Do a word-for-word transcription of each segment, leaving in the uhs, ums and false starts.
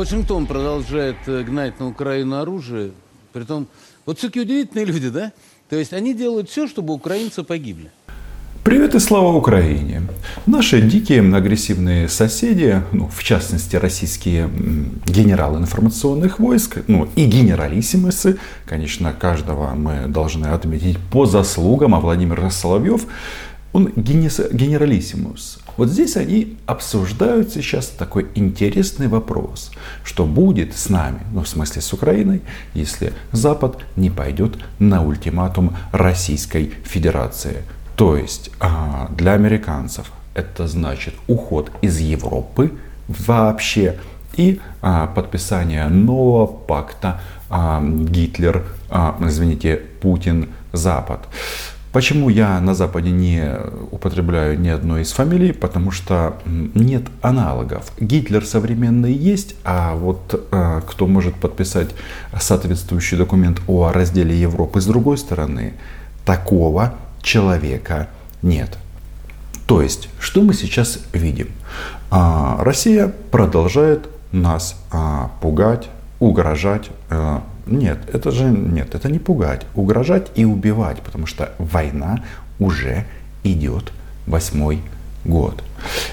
Вашингтон продолжает гнать на Украину оружие. Притом, вот все-таки удивительные люди, да? То есть они делают все, чтобы украинцы погибли. Привет и слава Украине! Наши дикие агрессивные соседи, ну, в частности российские генералы информационных войск, ну и генералиссимусы, конечно, каждого мы должны отметить по заслугам, а Владимир Соловьев, он генералиссимус. Вот здесь они обсуждают сейчас такой интересный вопрос, что будет с нами, ну в смысле с Украиной, если Запад не пойдет на ультиматум Российской Федерации. То есть для американцев это значит уход из Европы вообще и подписание нового пакта Гитлер, извините, Путин, Запад. Почему я на Западе не употребляю ни одной из фамилий? Потому что нет аналогов. Гитлер современный есть, а вот э, кто может подписать соответствующий документ о разделе Европы с другой стороны, такого человека нет. То есть, что мы сейчас видим? А, Россия продолжает нас а, пугать, угрожать. А, Нет, это же нет, это не пугать, угрожать и убивать, потому что война уже идет восьмой год.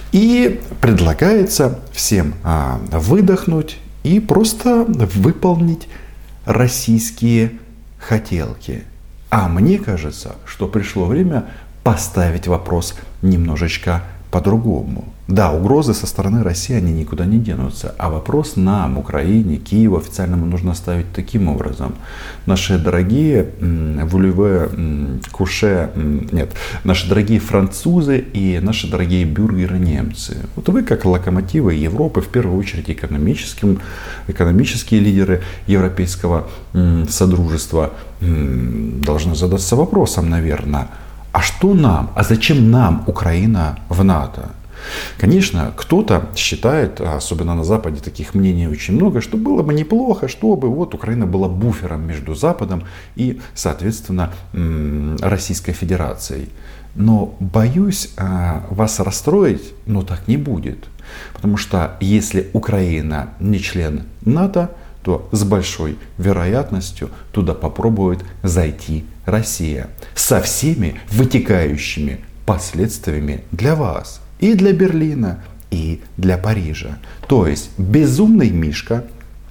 И предлагается всем а, выдохнуть и просто выполнить российские хотелки. А мне кажется, что пришло время поставить вопрос немножечко по-другому. Да, угрозы со стороны России, они никуда не денутся. А вопрос нам, Украине, Киеву официальному нужно ставить таким образом. Наши дорогие вулеве, куше, нет, наши дорогие французы и наши дорогие бюргеры немцы. Вот вы, как локомотивы Европы, в первую очередь экономическим, экономические лидеры европейского содружества, должны задаться вопросом, наверное, а что нам, а зачем нам Украина в НАТО? Конечно, кто-то считает, особенно на Западе таких мнений очень много, что было бы неплохо, чтобы вот Украина была буфером между Западом и, соответственно, Российской Федерацией. Но боюсь вас расстроить, но так не будет. Потому что если Украина не член НАТО, то с большой вероятностью туда попробует зайти Россия со всеми вытекающими последствиями для вас. И для Берлина, и для Парижа. То есть безумный Мишка,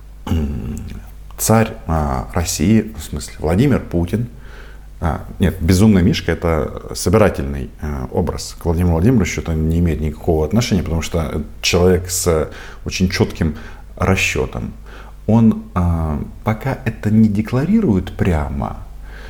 царь а, России, в смысле Владимир Путин. А, нет, безумный Мишка — это собирательный а, образ. К Владимиру Владимировичу это не имеет никакого отношения, потому что человек с очень четким расчетом. Он а, пока это не декларирует прямо,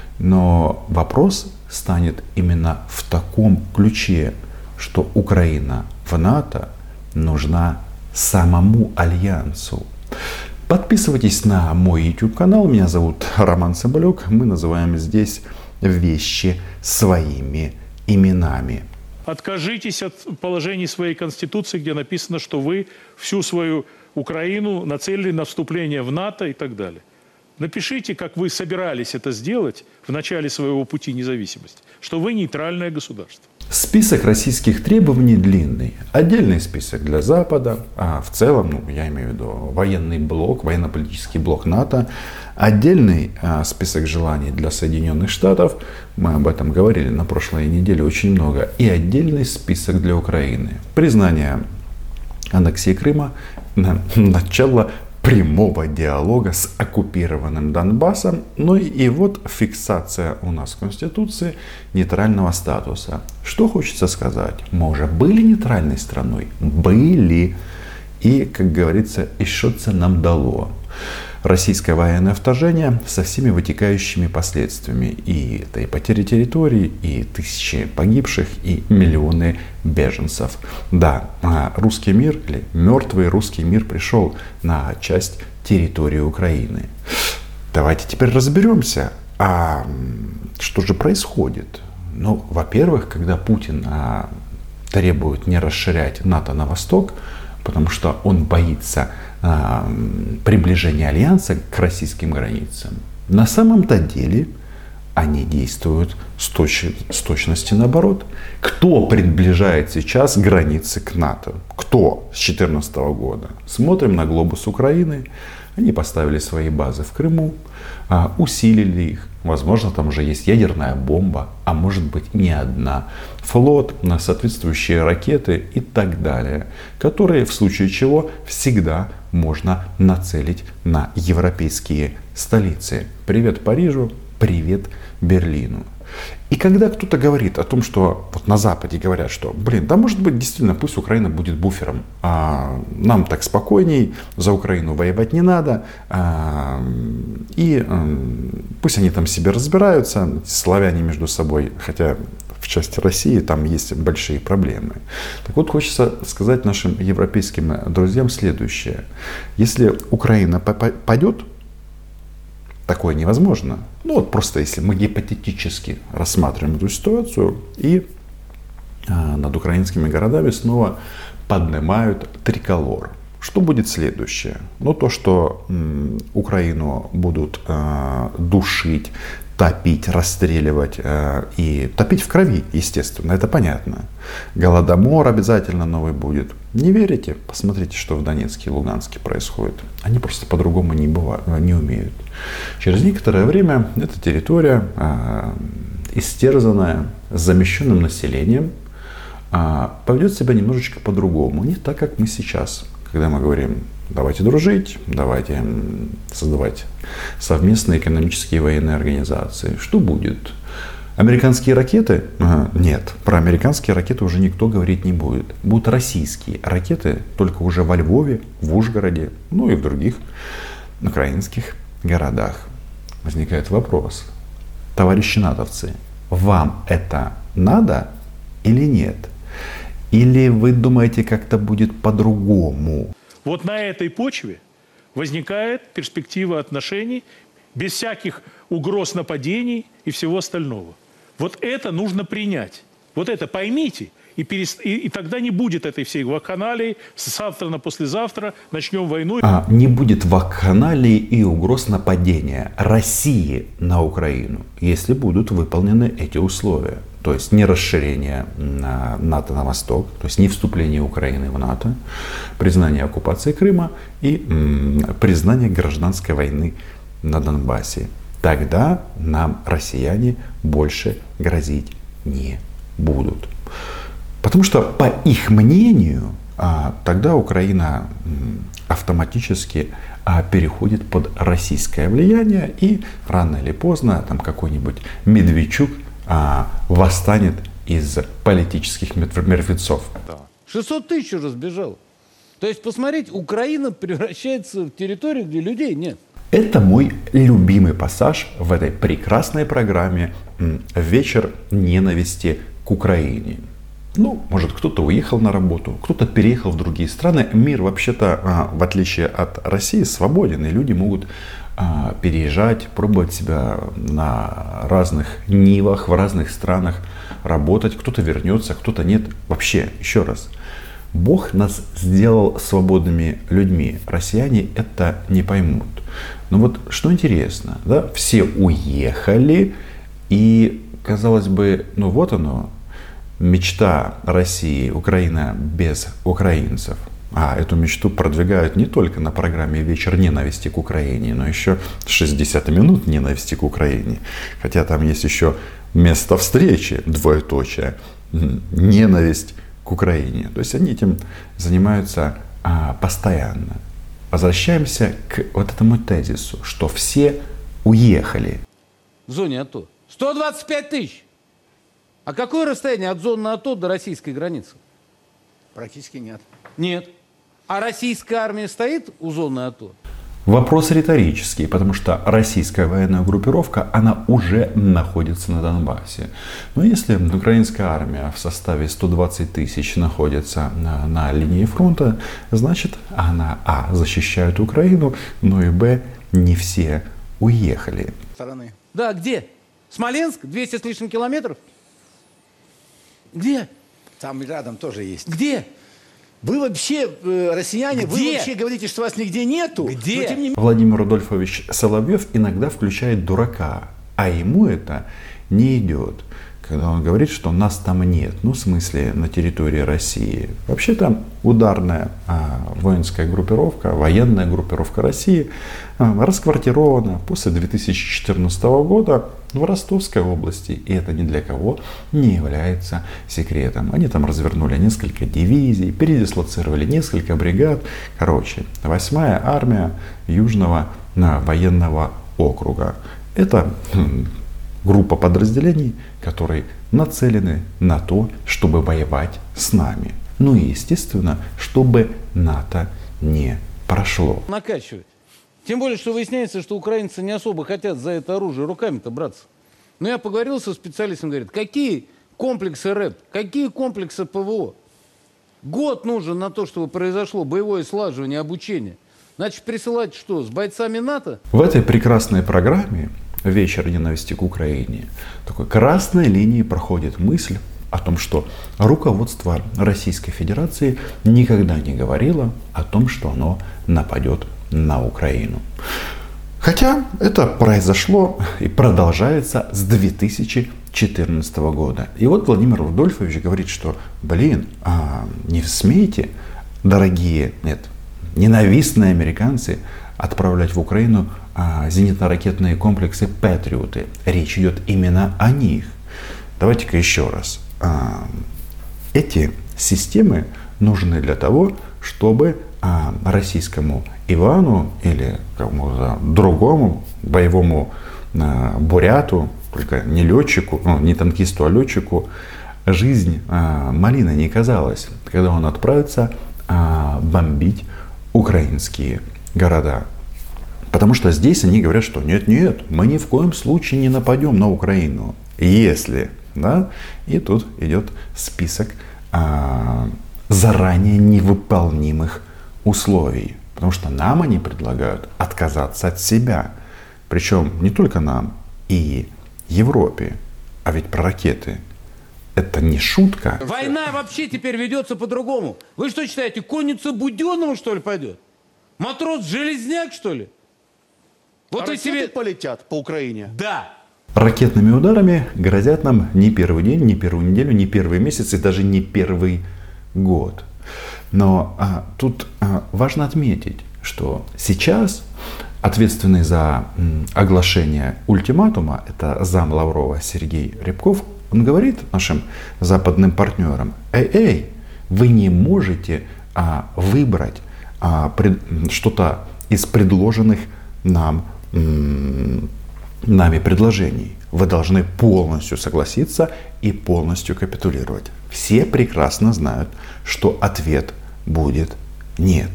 но вопрос станет именно в таком ключе, что Украина в НАТО нужна самому Альянсу. Подписывайтесь на мой YouTube канал. Меня зовут Роман Цымбалюк. Мы называем здесь вещи своими именами. Откажитесь от положений своей Конституции, где написано, что вы всю свою Украину нацелили на вступление в НАТО и так далее. Напишите, как вы собирались это сделать в начале своего пути независимости, что вы нейтральное государство. Список российских требований длинный. Отдельный список для Запада, а в целом, ну, я имею в виду военный блок, военно-политический блок НАТО. Отдельный а, список желаний для Соединенных Штатов. Мы об этом говорили на прошлой неделе очень много. И отдельный список для Украины. Признание аннексии Крыма, на, начало прямого диалога с оккупированным Донбассом. Ну и вот фиксация у нас в Конституции нейтрального статуса. Что хочется сказать? Мы уже были нейтральной страной? Были. И, как говорится, и что це нам дало? Российское военное вторжение со всеми вытекающими последствиями. И это и потери территорий, и тысячи погибших, и миллионы беженцев. Да, русский мир, или мертвый русский мир пришел на часть территории Украины. Давайте теперь разберемся, а что же происходит? Ну, во-первых, когда Путин а, требует не расширять НАТО на восток, потому что он боится а, приближения Альянса к российским границам. На самом-то деле они действуют с, точ... с точности наоборот. Кто приближает сейчас границы к НАТО? Кто с две тысячи четырнадцатого года? Смотрим на глобус Украины. Они поставили свои базы в Крыму, усилили их. Возможно, там уже есть ядерная бомба, а может быть не одна. Флот, на соответствующие ракеты и так далее, которые в случае чего всегда можно нацелить на европейские столицы. Привет Парижу, привет Берлину. И когда кто-то говорит о том, что вот на Западе говорят, что, блин, да может быть действительно пусть Украина будет буфером, а нам так спокойней, за Украину воевать не надо, а, и а, пусть они там себе разбираются, славяне между собой, хотя в части России там есть большие проблемы. Так вот, хочется сказать нашим европейским друзьям следующее. Если Украина пойдет, такое невозможно. Ну вот просто если мы гипотетически рассматриваем эту ситуацию, и а, над украинскими городами снова поднимают триколор. Что будет следующее? Ну то, что м, Украину будут а, душить, топить, расстреливать э, и топить в крови, естественно, это понятно. Голодомор обязательно новый будет. Не верите? Посмотрите, что в Донецке и Луганске происходит. Они просто по-другому не, бывают, не умеют. Через некоторое время эта территория, э, истерзанная, с замещенным населением, э, поведет себя немножечко по-другому. Не так, как мы сейчас, когда мы говорим: давайте дружить, давайте создавать совместные экономические и военные организации. Что будет? Американские ракеты? Ага, нет, про американские ракеты уже никто говорить не будет. Будут российские ракеты, только уже во Львове, в Ужгороде, ну и в других украинских городах. Возникает вопрос: товарищи натовцы, вам это надо или нет? Или вы думаете, как-то будет по-другому? Вот на этой почве возникает перспектива отношений без всяких угроз нападений и всего остального. Вот это нужно принять. Вот это поймите, и, перест... и, и тогда не будет этой всей вакханалии. Завтра на послезавтра начнем войну. А, не будет вакханалии и угроз нападения России на Украину, если будут выполнены эти условия. То есть не расширение НАТО на восток, то есть не вступление Украины в НАТО, признание оккупации Крыма и м, признание гражданской войны на Донбассе. Тогда нам россияне больше грозить не будут. Потому что, по их мнению, а, тогда Украина м, автоматически а, переходит под российское влияние, и рано или поздно там какой-нибудь Медведчук а, восстанет из политических мертвецов. шестьсот тысяч уже сбежало. То есть, посмотрите, Украина превращается в территорию, где людей нет. Это мой любимый пассаж в этой прекрасной программе «Вечер ненависти к Украине». Ну, может, кто-то уехал на работу, кто-то переехал в другие страны. Мир вообще-то, в отличие от России, свободен, и люди могут переезжать, пробовать себя на разных нивах, в разных странах, работать. Кто-то вернется, кто-то нет. Вообще, еще раз, Бог нас сделал свободными людьми. Россияне это не поймут. Но вот что интересно, да, все уехали, и, казалось бы, ну вот оно, мечта России, Украина без украинцев. А эту мечту продвигают не только на программе «Вечер ненависти к Украине», но еще шестьдесят минут ненависти к Украине. Хотя там есть еще место встречи, двоеточие, ненависть к Украине. То есть они этим занимаются а, постоянно. Возвращаемся к вот этому тезису, что все уехали. В зоне АТО. сто двадцать пять тысяч. А какое расстояние от зоны АТО до российской границы? Практически нет. Нет. А российская армия стоит у зоны АТО? Вопрос риторический, потому что российская военная группировка, она уже находится на Донбассе. Но если украинская армия в составе сто двадцать тысяч находится на, на линии фронта, значит она, а, защищает Украину, но и, б, не все уехали. Стороны. Да, где? Смоленск? двести с лишним километров? Где? Там рядом тоже есть. Где? Вы вообще, э, россияне, Где? вы вообще говорите, что вас нигде нету. Где? Но, тем не менее... Владимир Рудольфович Соловьев иногда включает дурака А ему это не идет, когда он говорит, что нас там нет, ну в смысле на территории России. Вообще там ударная а, воинская группировка, военная группировка России а, расквартирована после две тысячи четырнадцатого года в Ростовской области. И это ни для кого не является секретом. Они там развернули несколько дивизий, передислоцировали несколько бригад. Короче, восьмая армия Южного а, военного округа. Это группа подразделений, которые нацелены на то, чтобы воевать с нами. Ну и, естественно, чтобы НАТО не прошло. Накачивать. Тем более, что выясняется, что украинцы не особо хотят за это оружие руками-то браться. Но я поговорил со специалистом, говорит, какие комплексы РЭП, какие комплексы ПВО? Год нужен на то, чтобы произошло боевое слаживание, обучение. Значит, присылать что, с бойцами НАТО? В этой прекрасной программе «Вечер ненависти к Украине» такой красной линией проходит мысль о том, что руководство Российской Федерации никогда не говорило о том, что оно нападет на Украину. Хотя это произошло и продолжается с две тысячи четырнадцатого года. И вот Владимир Рудольфович говорит, что, блин, а не смейте, дорогие, нет, ненавистные американцы, отправлять в Украину а, зенитно-ракетные комплексы «Патриоты». Речь идет именно о них. Давайте-ка еще раз. А, эти системы нужны для того, чтобы а, российскому Ивану или кому-то другому боевому а, буряту, только не летчику, ну, не танкисту, а летчику, жизнь а, малиной не казалась, когда он отправится а, бомбить украинские города. Потому что здесь они говорят, что нет-нет, мы ни в коем случае не нападем на Украину. Если, да, и тут идет список а, заранее невыполнимых условий. Потому что нам они предлагают отказаться от себя. Причем не только нам, и Европе. А ведь про ракеты это не шутка. Война вообще теперь ведется по-другому. Вы что считаете, конница Буденного, что ли, пойдет? Матрос Железняк, что ли? Вот а и себе... полетят по Украине? Да. Ракетными ударами грозят нам не первый день, не первую неделю, не первый месяц и даже не первый год. Но а, тут а, важно отметить, что сейчас ответственный за м, оглашение ультиматума, это зам Лаврова Сергей Рябков, он говорит нашим западным партнерам: эй, эй, вы не можете а, выбрать а, пред, что-то из предложенных нам, м, нами предложений. Вы должны полностью согласиться и полностью капитулировать. Все прекрасно знают, что ответ будет нет.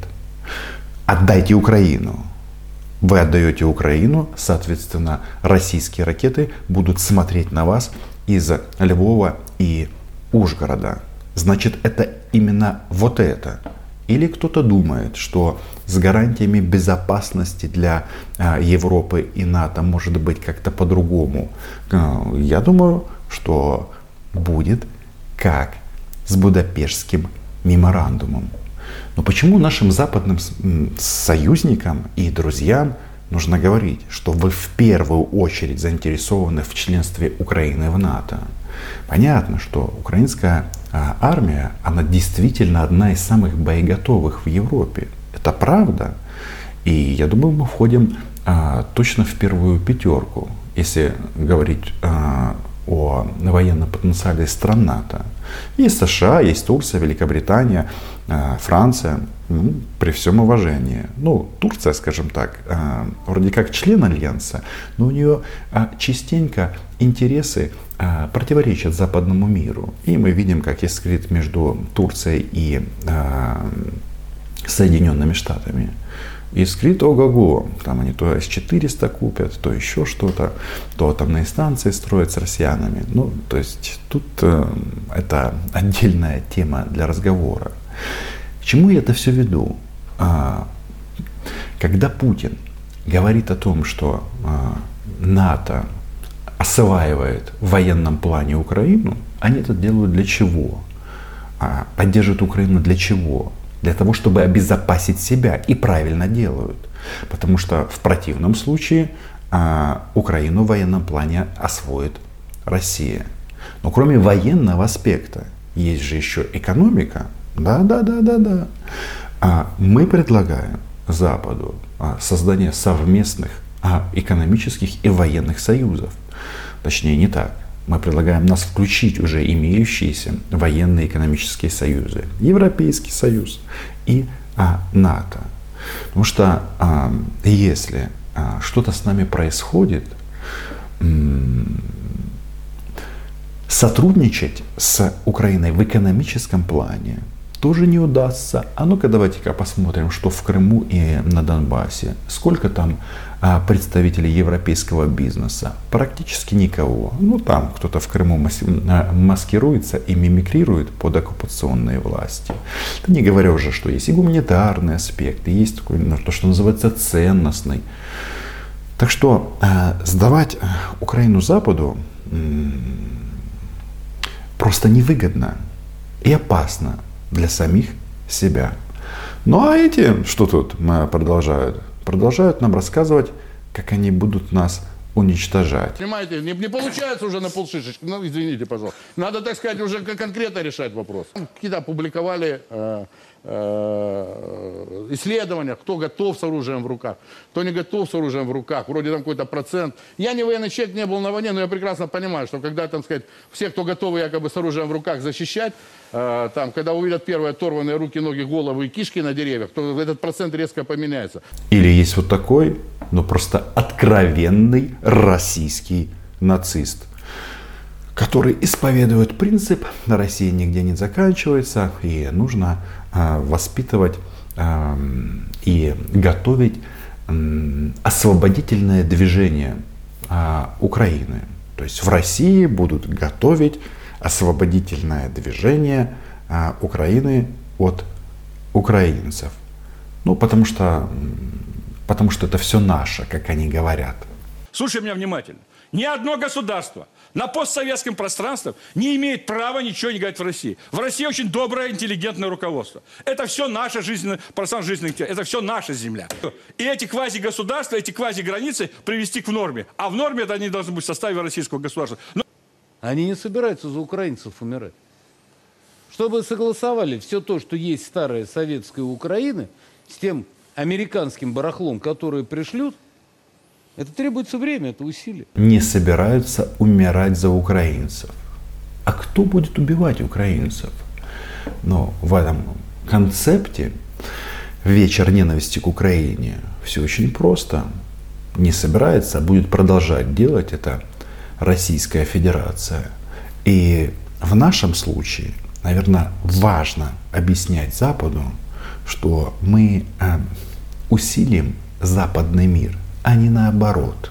Отдайте Украину. Вы отдаете Украину, соответственно, российские ракеты будут смотреть на вас из Львова и Ужгорода. Значит, это именно вот это. Или кто-то думает, что с гарантиями безопасности для а, Европы и НАТО может быть как-то по-другому. А, я думаю, что будет как с Будапештским меморандумом. Но почему нашим западным союзникам и друзьям нужно говорить, что вы в первую очередь заинтересованы в членстве Украины в НАТО? Понятно, что украинская а, армия, она действительно одна из самых боеготовых в Европе. Это правда. И я думаю, мы входим а, точно в первую пятерку, если говорить а, о военном потенциале стран НАТО. Есть США, есть Турция, Великобритания, а, Франция. Ну, при всем уважении. Ну, Турция, скажем так, а, вроде как член Альянса, но у нее а, частенько интересы а, противоречат западному миру. И мы видим, как есть скрит между Турцией и а, Соединенными Штатами. И скрит ого-го. Там они то эс четыреста купят, то еще что-то, то атомные станции строят с россиянами. Ну, то есть тут э, это отдельная тема для разговора. К чему я это все веду? А, когда Путин говорит о том, что а, НАТО осваивает в военном плане Украину, они это делают для чего? А, поддерживают Украину для чего? Для того, чтобы обезопасить себя. И правильно делают. Потому что в противном случае а, Украину в военном плане освоит Россия. Но кроме военного аспекта есть же еще экономика. Да, да, да, да, да. А мы предлагаем Западу а, создание совместных а, экономических и военных союзов. Точнее, не так. Мы предлагаем нас включить уже имеющиеся военные экономические союзы. Европейский союз и а, НАТО. Потому что а, если а, что-то с нами происходит, м- сотрудничать с Украиной в экономическом плане тоже не удастся. А ну-ка давайте-ка посмотрим, что в Крыму и на Донбассе. Сколько там а, представителей европейского бизнеса? Практически никого. Ну там кто-то в Крыму маскируется и мимикрирует под оккупационные власти. Да не говоря уже, что есть и гуманитарный аспект, и есть такой, ну, то, что называется ценностный. Так что а, сдавать Украину Западу м- просто невыгодно и опасно для самих себя. Ну а эти, что тут продолжают? Продолжают нам рассказывать, как они будут нас уничтожать. Понимаете, не, не получается уже на полшишечки. Ну, извините, пожалуйста. Надо, так сказать, уже конкретно решать вопрос. Какие-то опубликовали э, э, исследования, кто готов с оружием в руках, кто не готов с оружием в руках. Вроде там какой-то процент. Я не военный человек, не был на войне, но я прекрасно понимаю, что когда, там сказать, все, кто готовы якобы с оружием в руках защищать, э, там, когда увидят первые оторванные руки, ноги, головы и кишки на деревьях, то этот процент резко поменяется. Или есть вот такой, ну просто откровенный российский нацист, который исповедует принцип «Россия нигде не заканчивается» и нужно э, воспитывать э, и готовить э, освободительное движение э, Украины. То есть в России будут готовить освободительное движение э, Украины от украинцев. Ну, потому что, потому что это все наше, как они говорят. Слушай меня внимательно. Ни одно государство на постсоветском пространстве не имеет права ничего не говорить в России. В России очень доброе, интеллигентное руководство. Это все наше жизненное пространство жизненных тел. Это все наша земля. И эти квазигосударства, эти квазиграницы привести к норме. А в норме это они должны быть в составе российского государства. Но... Они не собираются за украинцев умирать. Чтобы согласовали все то, что есть старая советская Украина, с тем американским барахлом, которое пришлют, это требуется время, это усилие. Не собираются умирать за украинцев. А кто будет убивать украинцев? Но в этом концепте «Вечер ненависти к Украине» все очень просто. Не собирается, а будет продолжать делать это Российская Федерация. И в нашем случае, наверное, важно объяснять Западу, что мы э, усилим западный мир, а не наоборот.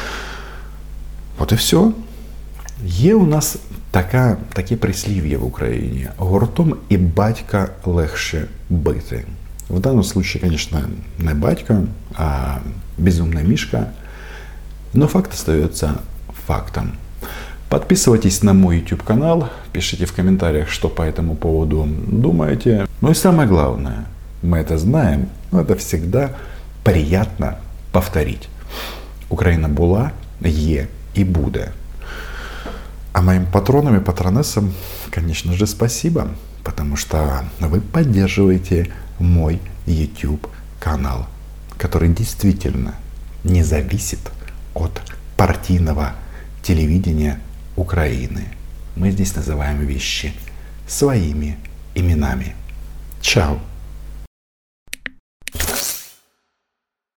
От і все. Є у нас така, таке прислів'я в Україні. Гуртом і батька легше бити. В данном случае, конечно, не батька, а безумная Мишка. Но факт остается фактом. Подписывайтесь на мой YouTube канал, пишите в комментариях, что по этому поводу думаете. Ну и самое главное, мы это знаем, но это всегда приятно повторить. Украина була, є и буде. А моим патронам и патронессам, конечно же, спасибо, потому что вы поддерживаете мой YouTube канал, который действительно не зависит от партийного телевидения Украины. Мы здесь называем вещи своими именами. Чао!